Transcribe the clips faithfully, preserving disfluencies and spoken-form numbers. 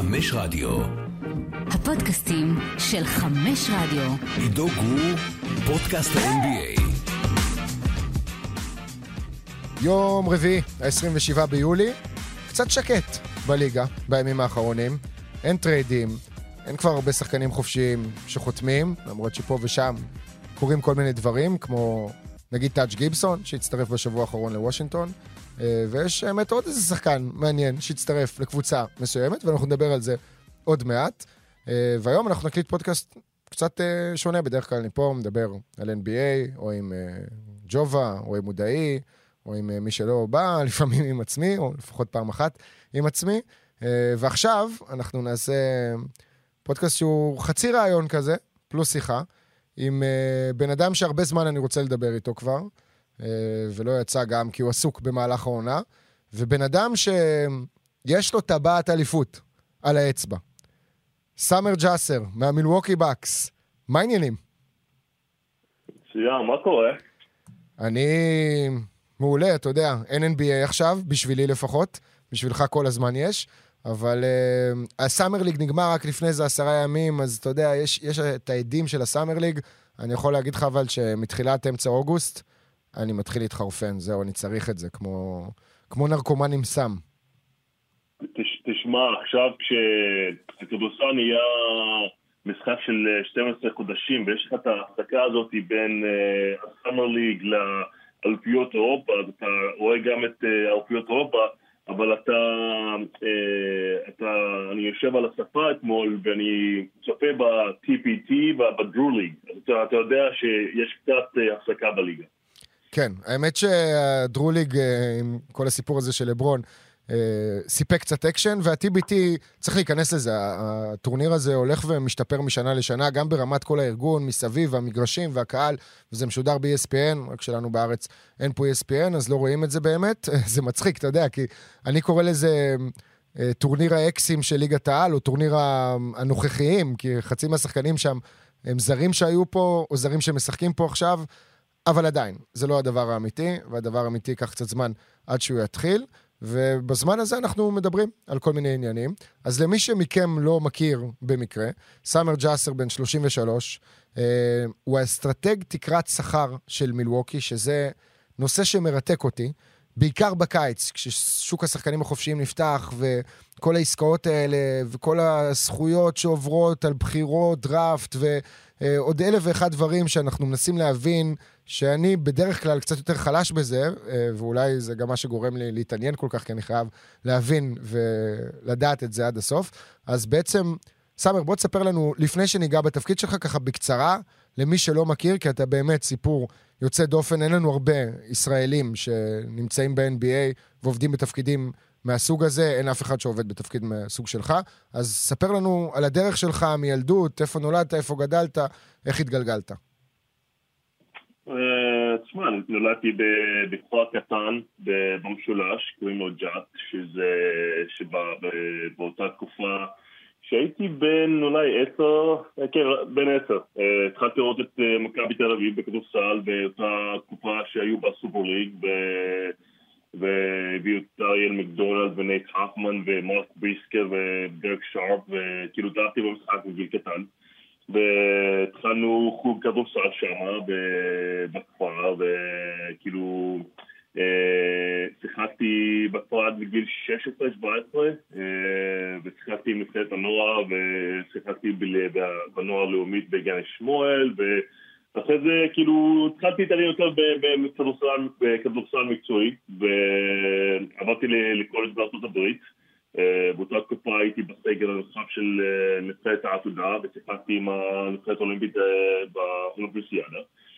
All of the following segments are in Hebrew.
חמש רדיו. הפודקאסטים של חמש רדיו. עידו גור, פודקאסט ה-אן בי איי. יום רביעי, ה-עשרים ושבעה ביולי, קצת שקט בליגה בימים האחרונים. אין טריידים, אין כבר הרבה שחקנים חופשיים שחותמים, למרות שפה ושם קורים כל מיני דברים, כמו נגיד טאץ' גיבסון, שהצטרף בשבוע האחרון לוושינגטון, ויש האמת עוד איזה שחקן מעניין שהצטרף לקבוצה מסוימת, ואנחנו נדבר על זה עוד מעט. והיום אנחנו נקליט פודקאסט קצת שונה, בדרך כלל אני פה מדבר על אן בי איי, או עם ג'ובה, או עם מודעי, או עם מי שלא בא, לפעמים עם עצמי, או לפחות פעם אחת עם עצמי. ועכשיו אנחנו נעשה פודקאסט שהוא חצי רעיון כזה, פלוס שיחה, עם בן אדם שהרבה זמן אני רוצה לדבר איתו כבר, ולא יצא גם כי הוא עסוק במהלך העונה, ובן אדם שיש לו טבעת אליפות על האצבע. סאמר ג'אסר, מהמילווקי בקס. מה העניינים? שיהיה, מה קורה? אני מעולה, אתה יודע, אין אן בי איי עכשיו, בשבילי לפחות, בשבילך כל הזמן יש, אבל uh, הסאמר ליג נגמר רק לפני זה עשרה ימים, אז אתה יודע, יש, יש את העדים של הסאמר ליג, אני יכול להגיד לך אבל שמתחילת אמצע אוגוסט, אני מתחיל להתחרפן, זהו, אני צריך את זה, כמו, כמו נרקומן עם סם. תש, תשמע, עכשיו כשכדורסל נהיה משחק של שנים עשר חודשים, ויש לך את ההפסקה הזאת בין uh, הסאמר ליג לאלפיות אירופה, אז אתה רואה גם את uh, אלפיות אירופה, אבל אתה, uh, אתה, אני יושב על השפה אתמול, ואני צופה ב-טי פי טי ובדרו ליג, אז אתה, אתה יודע שיש קצת uh, הפסקה בליגה. כן, האמת שהדרו ליג, עם כל הסיפור הזה של לברון, סיפק קצת אקשן, וה-טי בי טי צריך להיכנס לזה. הטורניר הזה הולך ומשתפר משנה לשנה, גם ברמת כל הארגון, מסביב, המגרשים והקהל, וזה משודר ב-אי אס פי אן, רק שלנו בארץ אין פה אי אס פי אן, אז לא רואים את זה באמת. זה מצחיק, אתה יודע, כי אני קורא לזה טורניר האקסים של ליגת העל, או טורניר הנוכחיים, כי חצי מהשחקנים שם הם זרים שהיו פה, או זרים שמשחקים פה עכשיו, אבל עדיין, זה לא הדבר האמיתי, והדבר האמיתי ייקח קצת זמן עד שהוא יתחיל, ובזמן הזה אנחנו מדברים על כל מיני עניינים. אז למי שמכם לא מכיר במקרה, סאמר ג'אסר בן שלושים ושלוש, אה, הוא האסטרטג תקרת שכר של מילווקי, שזה נושא שמרתק אותי, בעיקר בקיץ, כששוק השחקנים החופשיים נפתח, וכל העסקאות האלה, וכל הזכויות שעוברות על בחירות, דראפט, ועוד אלף ואחד דברים שאנחנו מנסים להבין, שאני בדרך כלל קצת יותר חלש בזה, ואולי זה גם מה שגורם לי להתעניין כל כך, כי אני חייב להבין ולדעת את זה עד הסוף. אז בעצם, סאמר, בוא תספר לנו, לפני שניגע בתפקיד שלך, ככה בקצרה, למי שלא מכיר, כי אתה באמת סיפור יוצא דופן, אין לנו הרבה ישראלים שנמצאים ב-אן בי איי ועובדים בתפקידים מהסוג הזה, אין אף אחד שעובד בתפקיד מהסוג שלך, אז ספר לנו על הדרך שלך מילדות, איפה נולדת, איפה גדלת, איך התגלגלת. תשמע, נולדתי בכפר קטן במשולש, קוראים לו ג'ת, שזה שבאותה תקופה שהייתי בין אולי עשר, כן, בין עשר. התחלתי לראות את מכבי תל אביב בכדורסל באותה תקופה שהיו בסופר ליג, והביאו את אריאל מקדונלד ונייט האפמן ומרק בריסקר ודרק שרפ, וכאילו דעתי במשחק בגיל קטן. והתחלנו חוג כדורסל שם בכפר, וכאילו שיחקתי בכפר עד בגיל שש עשרה שבע עשרה, ושיחקתי עם נבחרת הנוער, ושיחקתי בנוער הלאומית בגן שמואל, ואחרי זה כאילו התחלתי להתעניין יותר בכדורסל מקצועי, ועברתי לקולג' בארצות הברית. באותה תקופה הייתי בסגל הנוסף של נבחרת העתודה, ושיחקתי עם הנבחרת האולימפית באולימפיאדה.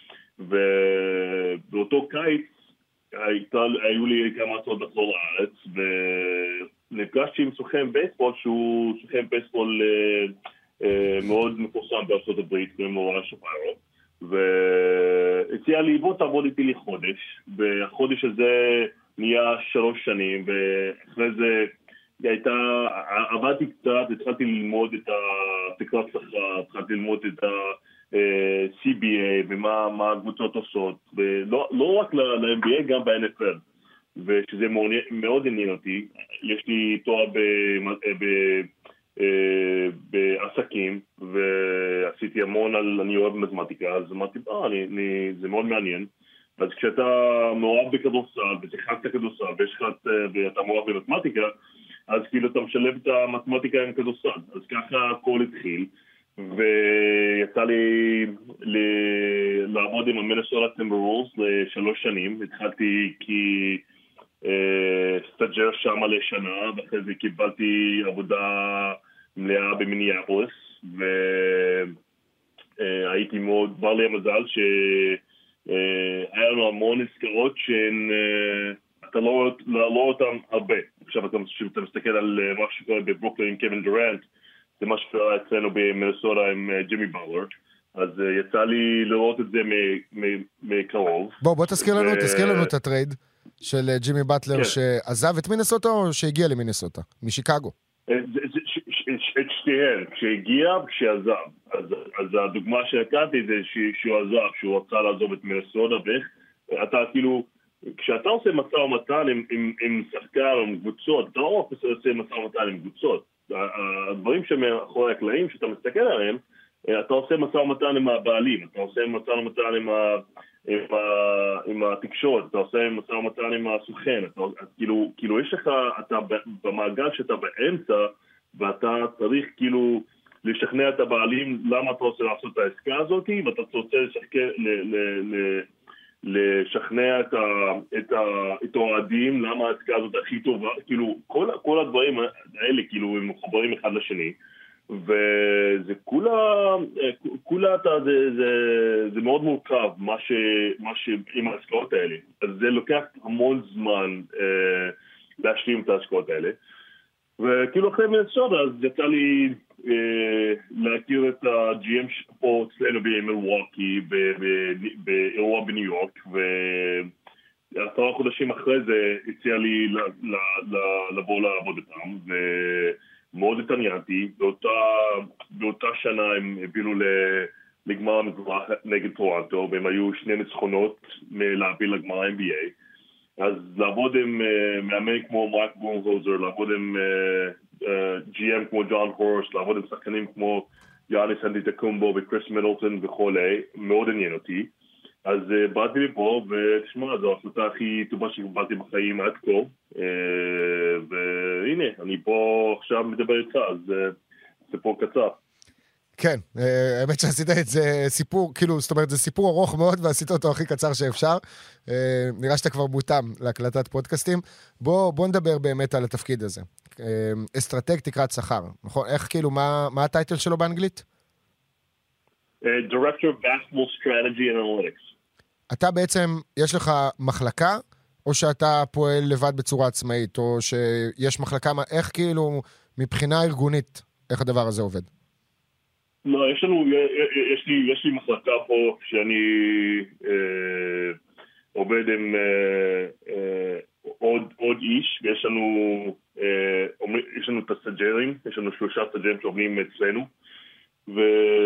ובאותו קיץ היו לי כמה הצעות לחזור לארץ, ונפגשתי עם סוכן בייסבול, שהוא סוכן בייסבול מאוד מפורסם בארצות הברית, קוראים לו רן שפיירו, והציע לי בוא תעבוד איתי לחודש, והחודש הזה נהיה שלוש שנים, ואחרי זה הייתה, עבדתי קצת, התחלתי ללמוד את התקרת שכר, התחלתי ללמוד את ה-סי בי איי ומה הקבוצות עושות, ולא לא רק ל-אן בי איי, גם ב-אן אף אל, ושזה מאוד עניין אותי. יש לי תואר בעסקים, ועשיתי המון על, אני אוהב מתמטיקה, אז אמרתי, אה, אני, אני, זה מאוד מעניין. אז כשאתה מאוהב בכדורסל, ושיחקת כדורסל, ויש לך, ואתה מאוהב במתמטיקה, אז כאילו אתה משלב את המתמטיקה עם כדורסל. אז ככה הכל התחיל, ויצא לי ל- לעמוד עם המינסוטה טימברוולס לשלוש שנים. התחלתי כי אה, סטאג'ר שם לשנה, ואחרי זה קיבלתי עבודה מלאה במיניאפוליס, והייתי מאוד, בא לי המזל שהיה לנו המון עסקאות שהן, אתה לא רואה אותן הרבה. עכשיו אתה מסתכל על מה שקורה בברוקלין עם קווין דורנט, זה מה שקרה אצלנו במינסוטה עם ג'ימי באולר, אז יצא לי לראות את זה מקרוב. בוא, בוא תזכיר לנו, תזכיר לנו את הטרייד של ג'ימי באטלר שעזב את מינסוטה או שהגיע למינסוטה, משיקגו? את שתיהן, כשהגיע וכשעזב. אז, אז הדוגמה שהקעתי זה שהוא עזב, שהוא רצה לעזוב את מינסוטה, ואתה כאילו, כשאתה עושה משא ומתן עם, עם, עם שחקן או עם קבוצות, אתה לא עושה משא ומתן עם קבוצות. הדברים שמאחורי הקלעים, שאתה מסתכל עליהם, אתה עושה משא ומתן עם הבעלים, אתה עושה משא ומתן עם, ה, עם, ה, עם התקשורת, אתה עושה משא ומתן עם הסוכן, אתה, כאילו, כאילו יש לך, אתה במעגל שאתה באמצע, ואתה צריך כאילו לשכנע את הבעלים למה אתה רוצה לעשות את העסקה הזאת, ואתה רוצה לשכנע, ל, ל, ל, לשכנע את, ה, את, ה, את האוהדים למה העסקה הזאת הכי טובה, כאילו כל, כל הדברים האלה כאילו הם מחוברים אחד לשני, וזה כולה, כולה אתה, זה, זה, זה מאוד מורכב מה ש, מה ש, עם העסקאות האלה, אז זה לוקח המון זמן אה, להשלים את העסקאות האלה, וכאילו אחרי מינסוטה אז יצא לי אה, להכיר את ה-ג'י אם פה אצלנו במילווקי, באירוע בניו יורק, ועשרה חודשים אחרי זה הציע לי ל, ל, ל, לבוא לעבוד איתם, ומאוד התעניינתי. באותה, באותה שנה הם הביאו לגמר המזרח נגד טורונטו, והם היו שני ניצחונות להביא לגמר ה-אן בי איי. אז לעבוד עם uh, מאמן כמו מייק בונהוזר, לעבוד עם uh, uh, ג'י אם כמו ג'ון הורס, לעבוד עם שחקנים כמו יאניס אנטטוקומבו וקריס מידלטון וכולי, מאוד עניין אותי. אז uh, באתי לפה, ותשמע, זו ההחלטה הכי טובה שקיבלתי בחיים עד כה, uh, והנה, אני פה עכשיו מדבר איתך, אז uh, זה פה קצר. כן, האמת שעשית את זה סיפור, כאילו, זאת אומרת, זה סיפור ארוך מאוד, ועשית אותו הכי קצר שאפשר. נראה שאתה כבר מותאם להקלטת פודקאסטים. בוא, בוא נדבר באמת על התפקיד הזה. אסטרטג תקרת שכר, נכון? איך, כאילו, מה, מה הטייטל שלו באנגלית? Director of Basketball Strategy and Analytics. אתה בעצם, יש לך מחלקה, או שאתה פועל לבד בצורה עצמאית, או שיש מחלקה, איך כאילו, מבחינה ארגונית, איך הדבר הזה עובד? לא, יש לנו, יש לי, יש לי מחלקה פה שאני אה, עובד עם אה, אה, עוד, עוד איש, ויש לנו, אה, יש לנו את הסטאג'רים, יש לנו שלושה סטאג'רים שעובדים אצלנו, ומה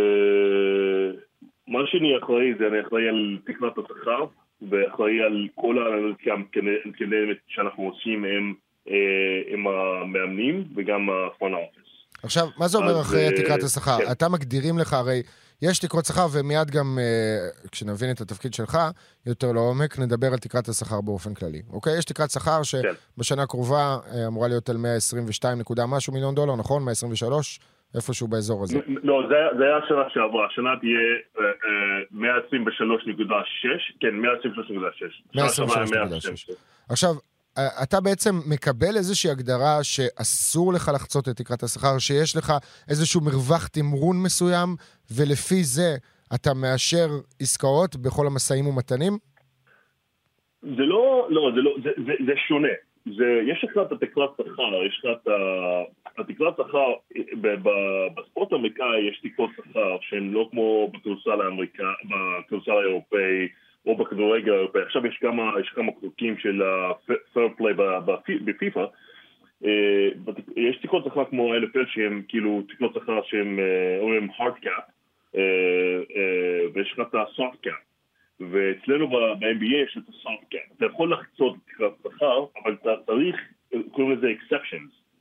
שאני אחראי זה, אני אחראי על תקרת השכר, ואחראי על כל האנליטיקה המתקדמת שאנחנו עושים עם, אה, עם המאמנים וגם הפרונט אופיס. עכשיו, מה זה אומר אחרי תקרת השכר? אתה מגדירים לך, הרי יש תקרות שכר, ומיד גם כשנבין את התפקיד שלך, יותר לעומק, נדבר על תקרת השכר באופן כללי. אוקיי? יש תקרת שכר שבשנה הקרובה אמורה להיות על מאה עשרים ושתיים נקודה משהו מיליון דולר, נכון? מאה עשרים ושלוש? איפשהו באזור הזה. לא, זה היה השנה שעברה. השנה תהיה מאה עשרים ושלוש נקודה שש. כן, מאה עשרים ושלוש נקודה שש. מאה עשרים ושלוש נקודה שש. עכשיו, אתה בעצם מקבל איזושהי הגדרה שאסור לך לחצות את תקרת השכר, שיש לך איזשהו מרווח תמרון מסוים, ולפי זה אתה מאשר עסקאות בכל המסעים ומתנים? זה לא, לא, זה לא, זה, זה, זה שונה. זה, יש לך את התקרת שכר, יש לך את התקרת שכר, בספורט האמריקאי יש תקרות שכר שהן לא כמו בכדורסל האמריקאי, בכדורסל האירופאי, או בכדורגל האירופאי. עכשיו יש כמה, יש כמה חוקים של ה-fair play בפיפה. יש תקרות שכר כמו ה-אן אף אל שהם כאילו תקרות שכר שהם אומרים hard cap, ויש לך את ה-soft cap. ואצלנו ב-אן בי איי יש את ה-soft cap. אתה יכול לחצות את תקרת שכר, אבל אתה צריך, קוראים לזה exceptions. אתה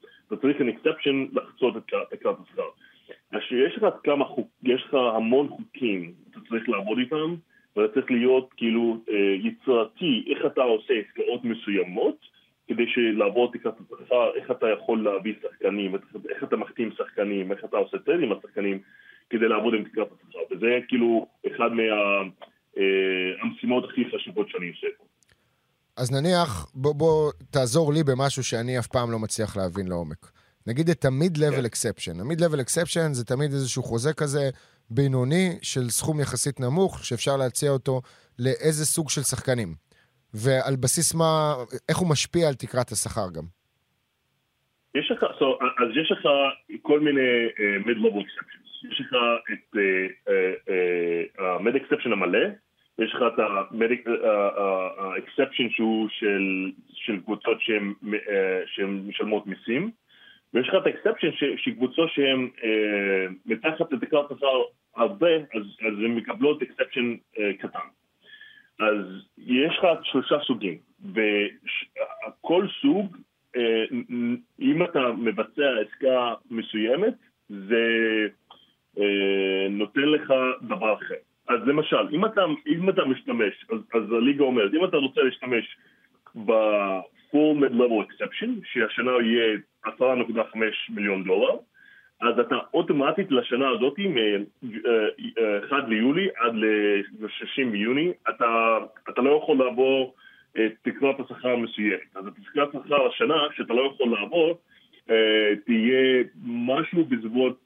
צריך an exception לחצות את תקרת השכר. אז שיש לך כמה חוק, יש לך המון חוקים, אתה צריך לעבוד איתם, ואתה צריך להיות כאילו יצירתי, איך אתה עושה עסקאות מסוימות, כדי שלעבוד תקרת השכר, איך אתה יכול להביא שחקנים, איך אתה מחתים שחקנים, איך אתה עושה טרייד עם השחקנים, כדי לעבוד עם תקרת השכר. וזה כאילו אחד מהמשימות הכי חשובות שאני עושה פה. אז נניח, בוא, בוא תעזור לי במשהו שאני אף פעם לא מצליח להבין לעומק. נגיד את ה-mid-level exception. ה-mid-level exception זה תמיד איזשהו חוזה כזה בינוני של סכום יחסית נמוך, שאפשר להציע אותו לאיזה סוג של שחקנים. ועל בסיס מה, איך הוא משפיע על תקרת השכר גם. יש לך, so, אז יש לך כל מיני uh, mid-level exceptions. יש לך את ה-mid uh, uh, exception המלא, יש לך את ה-exception שהוא של, של קבוצות שהן, uh, שהן משלמות מיסים, ויש לך את ה-exception של קבוצות שהן uh, מתחת לתקרת השכר הרבה, אז, אז הן מקבלות exception uh, קטן. אז יש לך שלושה סוגים, וכל סוג, אם אתה מבצע עסקה מסוימת, זה נותן לך דבר אחר. אז למשל, אם אתה, אם אתה משתמש, אז, אז הליגה אומרת, אם אתה רוצה להשתמש ב-full mid-level exception, שהשנה יהיה עשרה נקודה חמש מיליון דולר, אז אתה אוטומטית לשנה הזאת, מ-אחד ליולי עד ל-שישים ביוני, אתה, אתה לא יכול לעבור את תקרת השכר מסוימת. אז תקרת השכר השנה, שאתה לא יכול לעבור, תהיה משהו בסביבות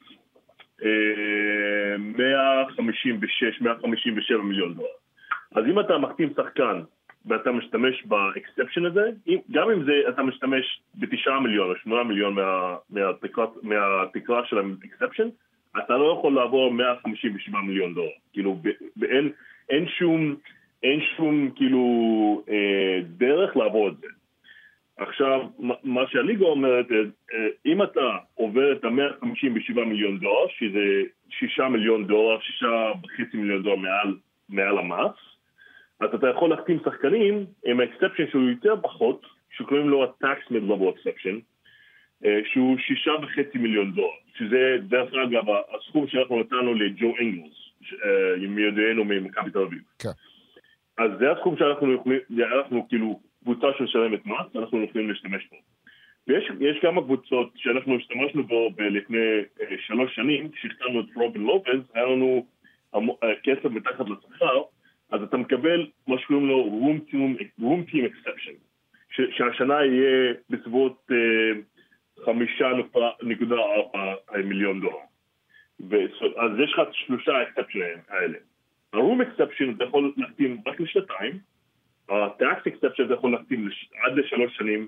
מאה חמישים ושש מאה חמישים ושבע מיליון דולר. אז אם אתה מחתים שחקן, ואתה משתמש באקספשן הזה, גם אם זה, אתה משתמש בתשעה מיליון או שמונה מיליון מה, מהתקרה, מהתקרה של האקספשן, אתה לא יכול לעבור מאה חמישים ושבע מיליון דולר. כאילו, אין, אין שום, אין שום, כאילו, אה, דרך לעבור את זה. עכשיו, מה שהליגה אומרת, אם אתה עובר את ה-מאה חמישים ושבע מיליון דולר, שזה שישה מיליון דולר, שישה וחצי מיליון דולר מעל, מעל המס, אז אתה יכול להחתים שחקנים עם האקספשן שהוא יותר פחות, שקוראים לו ה-tax mid-level exception, שהוא שישה וחצי מיליון דולר, שזה דרך אגב הסכום שאנחנו נתנו לג'ו אינגלס, מיודענו ממכבי תל אביב. אז זה הסכום שאנחנו יכולים, אנחנו כאילו קבוצה שמשלמת מס, אנחנו יכולים להשתמש בו. ויש יש כמה קבוצות שאנחנו השתמשנו בו לפני שלוש שנים, כשהחתמנו את רובין לופז, היה לנו כסף מתחת לשכר, אז אתה מקבל מה שקוראים לו room team, room team exception, ש- שהשנה יהיה בסביבות uh, חמישה נקודה ארבע מיליון דולר. ו- אז יש לך שלושה exception האלה. ה-room exception אתה יכול להחתים רק לשנתיים, ה-tax exception אתה יכול להחתים לש- עד לשלוש שנים,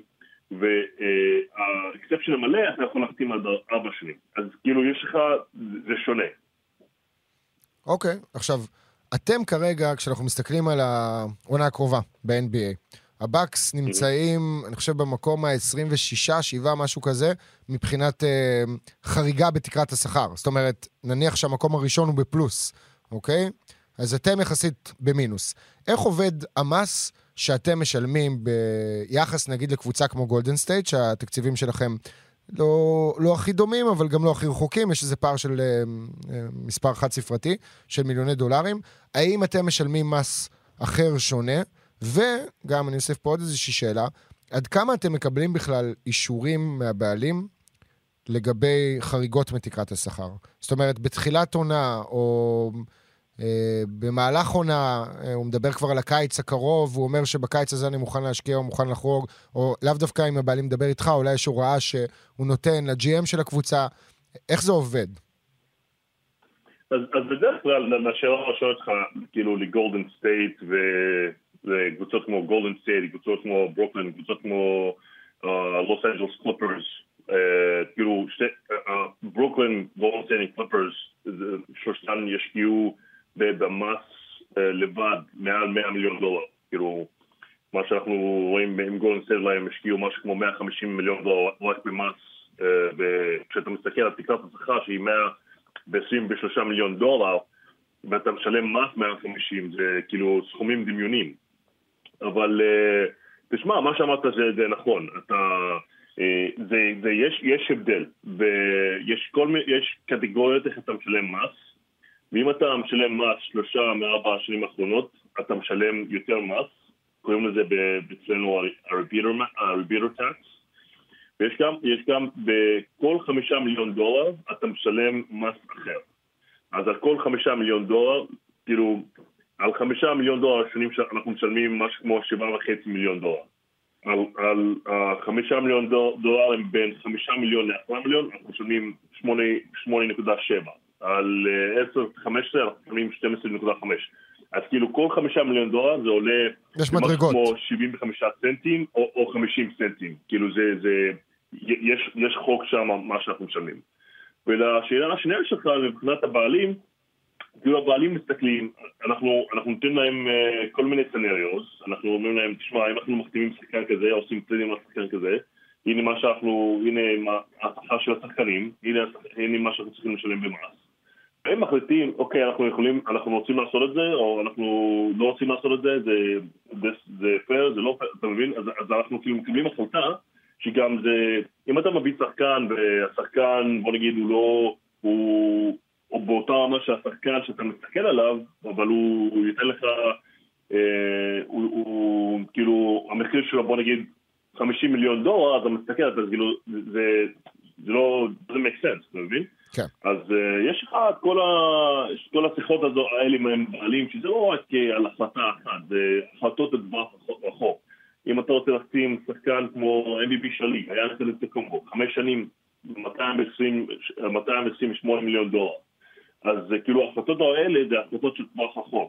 וה-exception המלא אתה יכול להחתים עד ארבע שנים. אז כאילו יש לך, זה שונה. אוקיי, okay, עכשיו... אתם כרגע, כשאנחנו מסתכלים על העונה הקרובה ב-אן בי איי, הבאקס נמצאים, אני חושב, במקום ה-עשרים ושש, שבעה, משהו כזה, מבחינת אה, חריגה בתקרת השכר. זאת אומרת, נניח שהמקום הראשון הוא בפלוס, אוקיי? אז אתם יחסית במינוס. איך עובד המס שאתם משלמים ביחס, נגיד, לקבוצה כמו גולדן סטייט, שהתקציבים שלכם לא, לא הכי דומים, אבל גם לא הכי רחוקים, יש איזה פער של uh, מספר חד ספרתי, של מיליוני דולרים. האם אתם משלמים מס אחר שונה? וגם אני אוסיף פה עוד איזושהי שאלה, עד כמה אתם מקבלים בכלל אישורים מהבעלים לגבי חריגות מתקרת השכר? זאת אומרת, בתחילת עונה, או uh, במהלך עונה, uh, הוא מדבר כבר על הקיץ הקרוב, הוא אומר שבקיץ הזה אני מוכן להשקיע או מוכן לחרוג, או לאו דווקא אם הבעלים מדבר איתך, אולי יש הוראה שהוא נותן לג'י אם של הקבוצה. איך זה עובד? אז, אז בדרך כלל, לשאלה ראשונה שלך, כאילו לגולדן סטייט, וקבוצות כמו גולדן סטייט, קבוצות כמו ברוקלין, קבוצות כמו לוס אנג'לס קליפרס, כאילו ברוקלין, גולדן סטייט קליפרס, שלושתן ישקיעו במס לבד מעל מאה מיליון דולר. כאילו, מה שאנחנו רואים עם גולדן סטייט, להם השקיעו משהו כמו מאה וחמישים מיליון דולר רק במס, וכשאתה מסתכל על תקרת השכר שהיא מאה ב-עשרים ושלושה מיליון דולר, ואתה משלם מס מאה וחמישים, זה כאילו סכומים דמיונים. אבל תשמע, מה שאמרת זה, זה נכון. אתה, זה, זה, יש, יש הבדל, ויש כל מיני, יש קטגוריות איך אתה משלם מס, ואם אתה משלם מס שלושה מארבע השנים האחרונות, אתה משלם יותר מס, קוראים לזה אצלנו הריביטור טקס, ויש גם, יש גם בכל חמישה מיליון דולר אתה משלם מס אחר. אז על כל חמישה מיליון דולר, כאילו, על חמישה מיליון דולר השנים שאנחנו משלמים משהו כמו שבעה וחצי מיליון דולר. על, על uh, חמישה מיליון דולר הם בין חמישה מיליון לעשרה מיליון, אנחנו משלמים שמונה נקודה שבע. על עשר חמש עשרה אנחנו משלמים שתים עשרה נקודה חמש. אז כאילו כל חמישה מיליון דולר זה עולה כמו שבעים וחמישה סנטים או, או חמישים סנטים. כאילו זה, זה, יש, יש חוק שם מה שאנחנו משלמים. ולשאלה השנייה שלך, מבחינת הבעלים, כאילו הבעלים מסתכלים, אנחנו, אנחנו נותנים להם uh, כל מיני סנריוס, אנחנו אומרים להם, תשמע, אם אנחנו מחתימים שחקן כזה, עושים פלידים על שחקן כזה, הנה מה שאנחנו, הנה מה, השכר של השחקנים, הנה, הנה מה שאנחנו צריכים לשלם במס. והם מחליטים, אוקיי, אנחנו יכולים, אנחנו רוצים לעשות את זה, או אנחנו לא רוצים לעשות את זה, זה, זה, זה פייר, זה לא פייר, אתה מבין? אז, אז אנחנו כאילו מקבלים החלטה, שגם זה, אם אתה מביא שחקן, והשחקן, בוא נגיד, הוא לא, הוא, או באותה רמה שהשחקן שאתה מסתכל עליו, אבל הוא, הוא ייתן לך, אה, הוא, הוא, כאילו, המחיר שלו, בוא נגיד, חמישים מיליון דולר, אתה מסתכל, אז כאילו, זה, זה לא, זה make sense, אתה מבין? כן. אז uh, יש לך את כל, ה... כל השיחות האלה עם בעלים, שזה לא רק על החלטה אחת, זה החלטות לטווח רחוק. אם אתה רוצה לשים שחקן כמו אם וי פי שלי, היה נתן את קומבו, חמש שנים, מאתיים עשרים ושמונה מיליון דולר. אז כאילו ההחלטות האלה זה החלטות של טווח רחוק.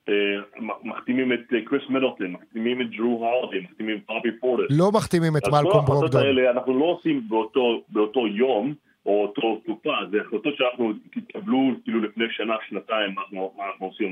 מחתימים את קריס מידלטון, מחתימים את דרו הרדי, מחתימים את בובי פורטר. לא מחתימים את מלקום ברוגדון. אנחנו לא עושים באותו, באותו יום, או אותו תקופה, זה החלטות שאנחנו תקבלו כאילו לפני שנה, שנתיים, מה אנחנו עושים.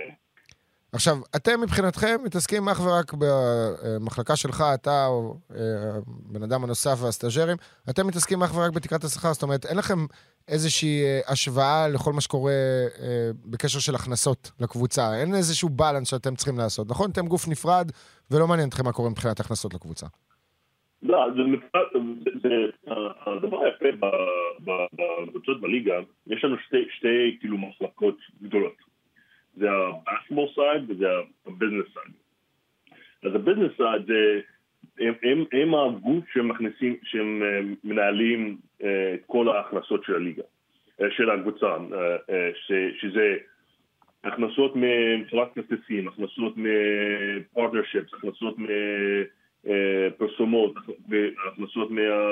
עכשיו, אתם מבחינתכם מתעסקים אך ורק במחלקה שלך, אתה או בן אדם הנוסף והסטאג'רים, אתם מתעסקים אך ורק בתקרת השכר, זאת אומרת, אין לכם איזושהי השוואה לכל מה שקורה בקשר של הכנסות לקבוצה, אין איזשהו בלנס שאתם צריכים לעשות, נכון? אתם גוף נפרד, ולא מעניין אתכם מה קורה מבחינת הכנסות לקבוצה. לא, זה הדבר היפה בקבוצות בליגה, יש לנו שתי כאילו מחלקות גדולות. זה ה-basketball side וזה ה-business side. אז ה-business side זה, הם, הם הגוף שמכניסים, שהם מנהלים את כל ההכנסות של הליגה, של הקבוצה, שזה הכנסות ממכירת כרטיסים, הכנסות מ-partnerships, הכנסות מפרסומות, הכנסות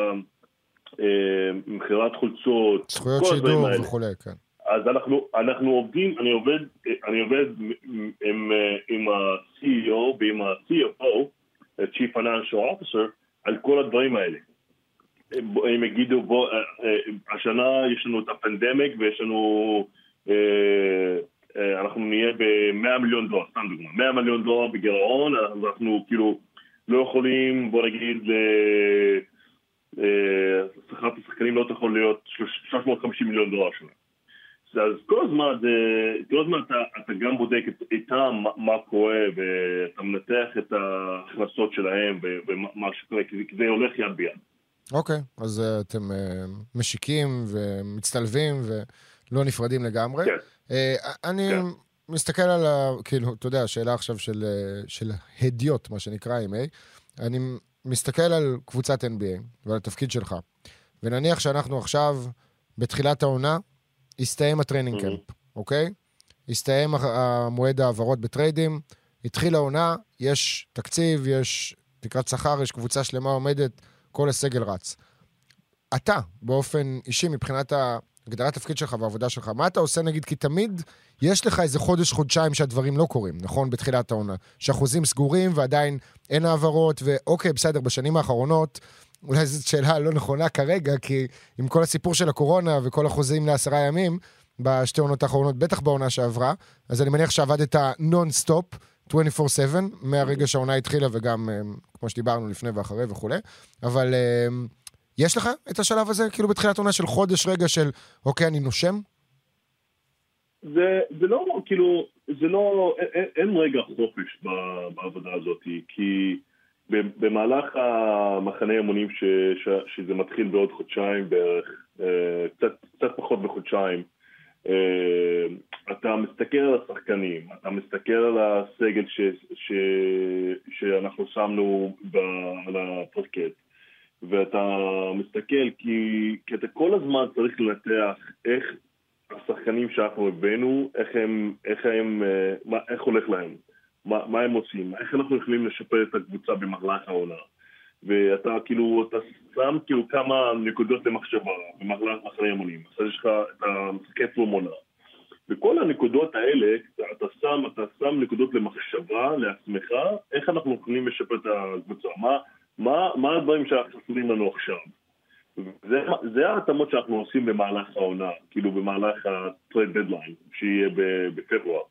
ממכירת חולצות, זכויות שידור וכו', כן. אז אנחנו, אנחנו עובדים, אני עובד, אני עובד עם, עם ה-סי אי או ועם ה-סי אף או, Chief Financial Officer, על כל הדברים האלה. הם יגידו, בוא, השנה יש לנו את הפנדמיק, ויש לנו, אנחנו נהיה ב-מאה מיליון דולר, סתם דוגמה, מאה מיליון דולר בגירעון, אז אנחנו כאילו לא יכולים, בוא נגיד, שכרת השחקנים לא תוכל להיות שלוש מאות וחמישים מיליון דולר שנה. אז כל הזמן, כל הזמן אתה, אתה גם בודק איתם מה קורה, ואתה מנתח את ההכנסות שלהם, ומה שקורה, כי זה הולך יד ביד. אוקיי, אז אתם משיקים ומצטלבים ולא נפרדים לגמרי. כן. אני מסתכל על, כאילו, אתה יודע, השאלה עכשיו של, של הדיוט, מה שנקרא, אימי. אני מסתכל על קבוצת אן בי איי ועל התפקיד שלך, ונניח שאנחנו עכשיו בתחילת העונה, הסתיים הטריינינג קמפ, אוקיי? הסתיים המועד העברות בטריידים, התחיל העונה, יש תקציב, יש תקרת שכר, יש קבוצה שלמה עומדת, כל הסגל רץ. אתה, באופן אישי, מבחינת הגדרת התפקיד שלך והעבודה שלך, מה אתה עושה נגיד? כי תמיד יש לך איזה חודש, חודשיים שהדברים לא קורים, נכון? בתחילת העונה. שאחוזים סגורים ועדיין אין העברות, ואוקיי, בסדר, בשנים האחרונות, אולי זו שאלה לא נכונה כרגע, כי עם כל הסיפור של הקורונה וכל החוזים לעשרה ימים, בשתי עונות האחרונות, בטח בעונה שעברה, אז אני מניח שעבדת נון-סטופ, עשרים וארבע שבע, מהרגע שהעונה התחילה, וגם, כמו שדיברנו, לפני ואחרי וכו'. אבל יש לך את השלב הזה, כאילו בתחילת עונה של חודש רגע של, אוקיי, אני נושם? זה, זה לא, כאילו, זה לא, אין, אין רגע חופש בעבודה הזאת, כי במהלך המחנה האימונים ש, ש, שזה מתחיל בעוד חודשיים בערך, קצת, קצת פחות מחודשיים, אתה מסתכל על השחקנים, אתה מסתכל על הסגל ש, ש, שאנחנו שמנו על הפרקט, ואתה מסתכל כי, כי אתה כל הזמן צריך לנתח איך השחקנים שאנחנו הבאנו, איך הם, איך הם, איך הולך להם. מה, מה הם עושים, איך אנחנו יכולים לשפר את הקבוצה במהלך העונה. ואתה כאילו, אתה שם כאילו כמה נקודות למחשבה במהלך מחנה אימונים. אז יש לך את המשחקי פלומונה. וכל הנקודות האלה, אתה שם, אתה שם נקודות למחשבה לעצמך, איך אנחנו יכולים לשפר את הקבוצה. מה, מה, מה הדברים שחסרים לנו עכשיו? זה, זה ההתאמות שאנחנו עושים במהלך העונה, כאילו במהלך הטרייד דדליין, שיהיה בפברואר.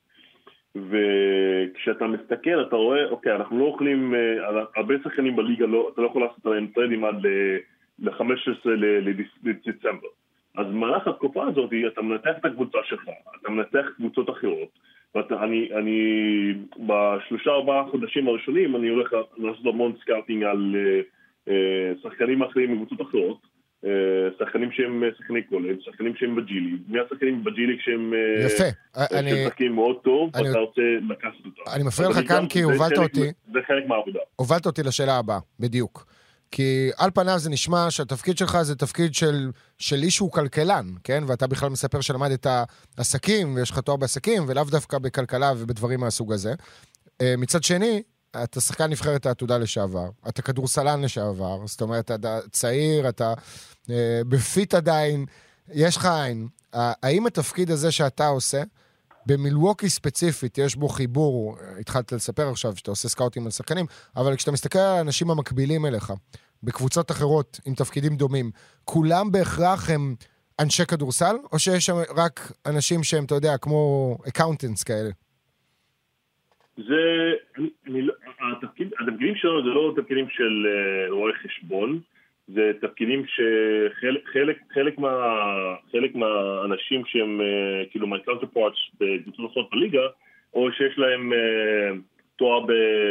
וכשאתה מסתכל, אתה רואה, אוקיי, אנחנו לא יכולים, הרבה שחקנים בליגה, לא, אתה לא יכול לעשות עליהם טריידים עד ל-חמישה עשר לדצמבר. אז במהלך התקופה הזאת, אתה מנתח את הקבוצה שלך, אתה מנתח קבוצות אחרות, ואני, אני, בשלושה ארבעה חודשים הראשונים, אני הולך לעשות המון סקאוטינג על שחקנים אחרים מקבוצות אחרות, שחקנים שהם שחקני קולג', שחקנים שהם בג'ילי, מהשחקנים בג'ילי כשהם שחקנים מאוד טוב, ואתה רוצה לקחת אותם. אני מפריע לך כאן כי הובלת אותי, זה חלק מהעבודה. הובלת אותי לשאלה הבאה, בדיוק. כי על פניו זה נשמע שהתפקיד שלך זה תפקיד של, של אישהו כלכלן, כן? ואתה בכלל מספר שלמד את העסקים, ויש לך תואר בעסקים, ולאו דווקא בכלכלה ובדברים מהסוג הזה. מצד שני, אתה שחקן נבחרת העתודה לשעבר, אתה כדורסלן לשעבר, זאת אומרת, אתה צעיר, אתה אה, בפיט עדיין, יש לך עין. האם התפקיד הזה שאתה עושה, במילווקי ספציפית, יש בו חיבור, התחלת לספר עכשיו שאתה עושה סקאוטים על שחקנים, אבל כשאתה מסתכל על האנשים המקבילים אליך, בקבוצות אחרות עם תפקידים דומים, כולם בהכרח הם אנשי כדורסל, או שיש שם רק אנשים שהם, אתה יודע, כמו אקאונטנטס כאלה? זה, אני, אני, התפקיד, התפקידים שלנו זה לא תפקידים של רואי חשבון, זה תפקידים שחלק, חלק, חלק מה, חלק מהאנשים שהם, כאילו, my counterparts בקבוצות אחרות בליגה, או שיש להם תואר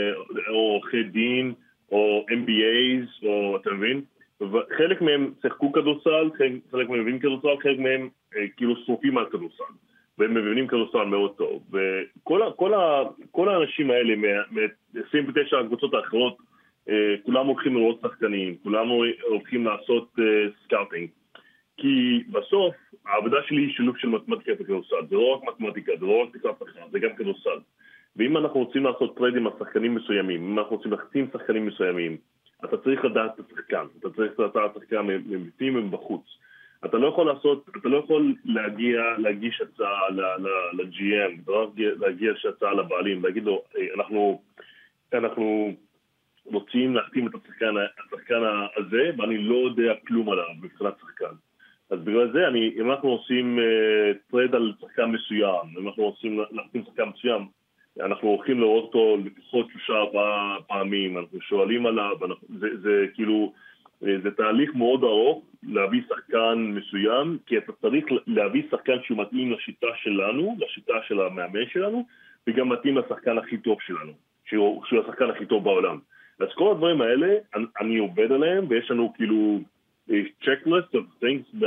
או עורכי דין, או אם בי איז, או אתה מבין? חלק מהם צחקו כדורסל, חלק מהם מבינים כדורסל, חלק מהם כאילו שרופים על כדורסל. והם מבינים כדורסל מאוד טוב. וכל כל כל האנשים האלה, מ-עשרים ותשע הקבוצות האחרות, כולם הולכים לראות שחקנים, כולם הולכים לעשות סקאוטינג. כי בסוף, העבודה שלי היא שילוב של מתמטיקה וכדורסל. זה לא רק מתמטיקה, זה לא רק תקרת אחר, זה גם כדורסל. ואם אנחנו רוצים לעשות טריידים על שחקנים מסוימים, אם אנחנו רוצים להחתים שחקנים מסוימים, אתה צריך לדעת את השחקן, אתה צריך לדעת את השחקן מבפנים ומבחוץ. אתה לא יכול לעשות, אתה לא יכול להגיע, להגיש הצעה ל-ג'י אם, אתה לא להגיש הצעה לבעלים, להגיד לו, אנחנו, אנחנו רוצים להחתים את השחקן, השחקן הזה, ואני לא יודע כלום עליו מבחינת שחקן. אז בגלל זה, אני, אם אנחנו עושים uh, טרייד על שחקן מסוים, אם אנחנו רוצים להחתים שחקן מסוים, אנחנו הולכים לראות אותו לפחות שלושה ארבעה פעמים, אנחנו שואלים עליו, אנחנו, זה, זה כאילו, זה תהליך מאוד ארוך להביא שחקן מסוים, כי אתה צריך להביא שחקן שהוא מתאים לשיטה שלנו, לשיטה של המאמן שלנו, וגם מתאים לשחקן הכי טוב שלנו, שהוא, שהוא השחקן הכי טוב בעולם. אז כל הדברים האלה, אני, אני עובד עליהם, ויש לנו כאילו checklist of things,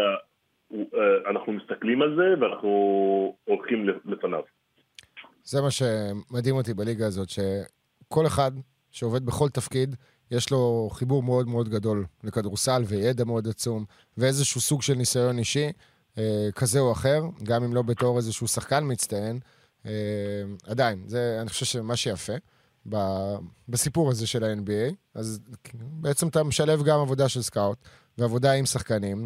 ואנחנו מסתכלים על זה, ואנחנו הולכים לפניו. זה מה שמדהים אותי בליגה הזאת, שכל אחד שעובד בכל תפקיד, יש לו חיבור מאוד מאוד גדול לכדורסל וידע מאוד עצום, ואיזשהו סוג של ניסיון אישי, אה, כזה או אחר, גם אם לא בתור איזשהו שחקן מצטיין, אה, עדיין, זה, אני חושב שמה שיפה ב, בסיפור הזה של ה-אן בי איי, אז בעצם אתה משלב גם עבודה של סקאוט, ועבודה עם שחקנים,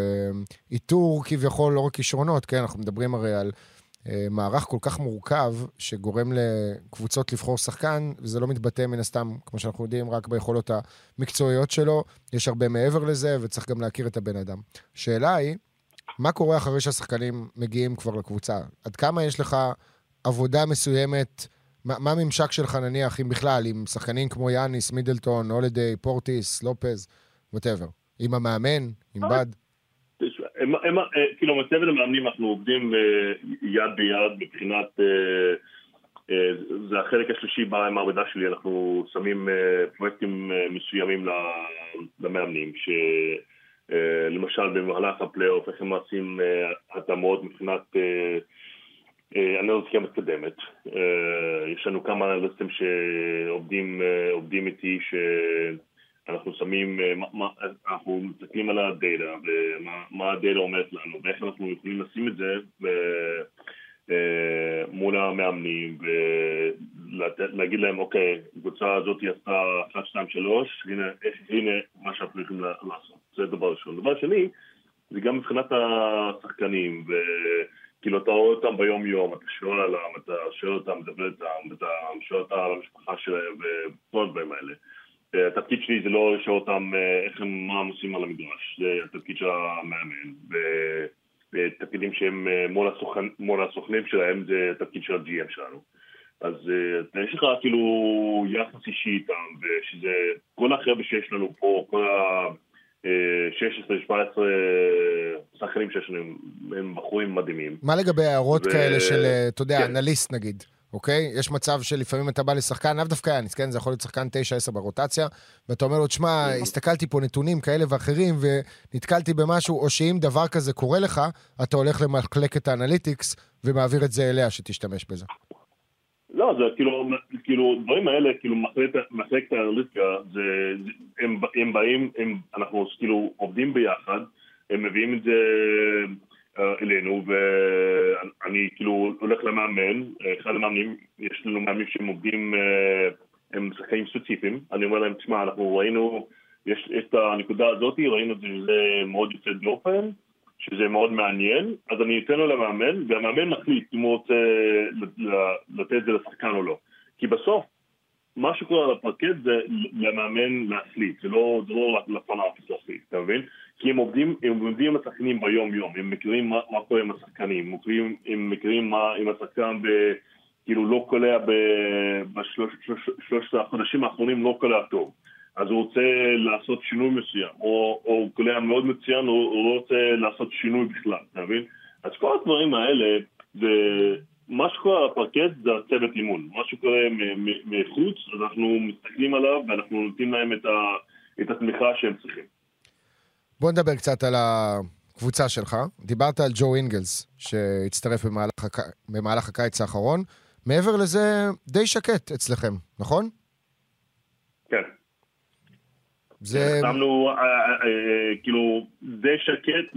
ואיתור כביכול לא רק כישרונות, כן, אנחנו מדברים הרי על מערך כל כך מורכב, שגורם לקבוצות לבחור שחקן, וזה לא מתבטא מן הסתם, כמו שאנחנו יודעים, רק ביכולות המקצועיות שלו, יש הרבה מעבר לזה, וצריך גם להכיר את הבן אדם. שאלה היא, מה קורה אחרי שהשחקנים מגיעים כבר לקבוצה? עד כמה יש לך עבודה מסוימת, מה, מה הממשק שלך נניח, אם בכלל, עם שחקנים כמו יאניס, מידלטון, הולידיי, פורטיס, לופז, whatever, עם המאמן, עם בד? הם, הם, כאילו, מצוות המאמנים אנחנו עובדים יד ביד מבחינת זה החלק השלישי במעבדה שלי, אנחנו שמים פרויקטים מסוימים למאמנים, שלמשל במהלך הפלייאוף, איך הם עושים התאמות מבחינת אנליטיקה מתקדמת. יש לנו כמה אנליסטים שעובדים עובדים איתי, שאנחנו שמים, אנחנו מסתכלים על הדאטה, ומה הדאטה אומרת לנו, ואיך אנחנו יכולים לשים את זה מול המאמנים, ולהגיד להם, אוקיי, הקבוצה הזאת עשתה אחת, שתיים, שלוש, הנה מה שאנחנו יכולים לעשות. זה דבר ראשון. דבר שני, זה גם מבחינת השחקנים, וכאילו אתה רואה אותם ביום יום, אתה שואל עליהם, אתה שואל אותם, מדבר איתם, אתה שואל אותם על המשפחה שלהם, וכל הדברים האלה. התפקיד שלי זה לא לשאול אותם איך הם, מה הם עושים על המגרש, זה התפקיד של המאמן, ותפקידים שהם מול, הסוכן, מול הסוכנים שלהם, זה תפקיד של ה-ג'י אם שלנו. אז יש לך כאילו יחס אישי איתם, ושזה כל החבר'ה שיש לנו פה, כל ה-שש עשרה שבע עשרה שחקנים שיש לנו, הם בחורים מדהימים. מה לגבי הערות ו... כאלה של, אתה יודע, כן. אנליסט נגיד? אוקיי? יש מצב שלפעמים אתה בא לשחקן, לאו דווקא יאניס, כן? זה יכול להיות שחקן תשע עשר ברוטציה, ואתה אומר לו, תשמע, הסתכלתי פה נתונים כאלה ואחרים, ונתקלתי במשהו, או שאם דבר כזה קורה לך, אתה הולך למחלקת האנליטיקס, ומעביר את זה אליה שתשתמש בזה. לא, זה כאילו, כאילו, דברים האלה, כאילו, מחלקת האנליטיקה, זה, הם, הם באים, הם, אנחנו כאילו עובדים ביחד, הם מביאים את זה אלינו, ואני כאילו הולך למאמן, אחד המאמנים, יש לנו מאמנים שהם עובדים, הם שחקנים ספציפיים, אני אומר להם, תשמע, אנחנו ראינו, יש את הנקודה הזאת, ראינו את זה, שזה מאוד יוצא דופן, שזה מאוד מעניין, אז אני אתן לו למאמן, והמאמן מחליט אם הוא רוצה לתת את זה לשחקן או לא. כי בסוף, מה שקורה על הפרקט זה למאמן להחליט, זה לא, זה לא לפנאפיס להחליט, אתה מבין? כי הם עובדים, הם עובדים עם השחקנים ביום יום, הם מכירים מה, מה קורה עם השחקנים, הם מכירים, הם מכירים מה עם השחקן, ב, כאילו לא קולע בשלושת החודשים האחרונים לא קולע טוב. אז הוא רוצה לעשות שינוי מסוים, או, או הוא קולע מאוד מצוין, או הוא לא רוצה לעשות שינוי בכלל, אתה מבין? אז כל הדברים האלה, זה, מה שקורה על הפרקט זה הצוות אימון. מה שקורה מחוץ, אז אנחנו מסתכלים עליו, ואנחנו נותנים להם את, ה, את התמיכה שהם צריכים. בוא נדבר קצת על הקבוצה שלך. דיברת על ג'ו אינגלס, שהצטרף במהלך, הק... במהלך הקיץ האחרון. מעבר לזה, די שקט אצלכם, נכון? כן. זה... שמנו, כאילו, די שקט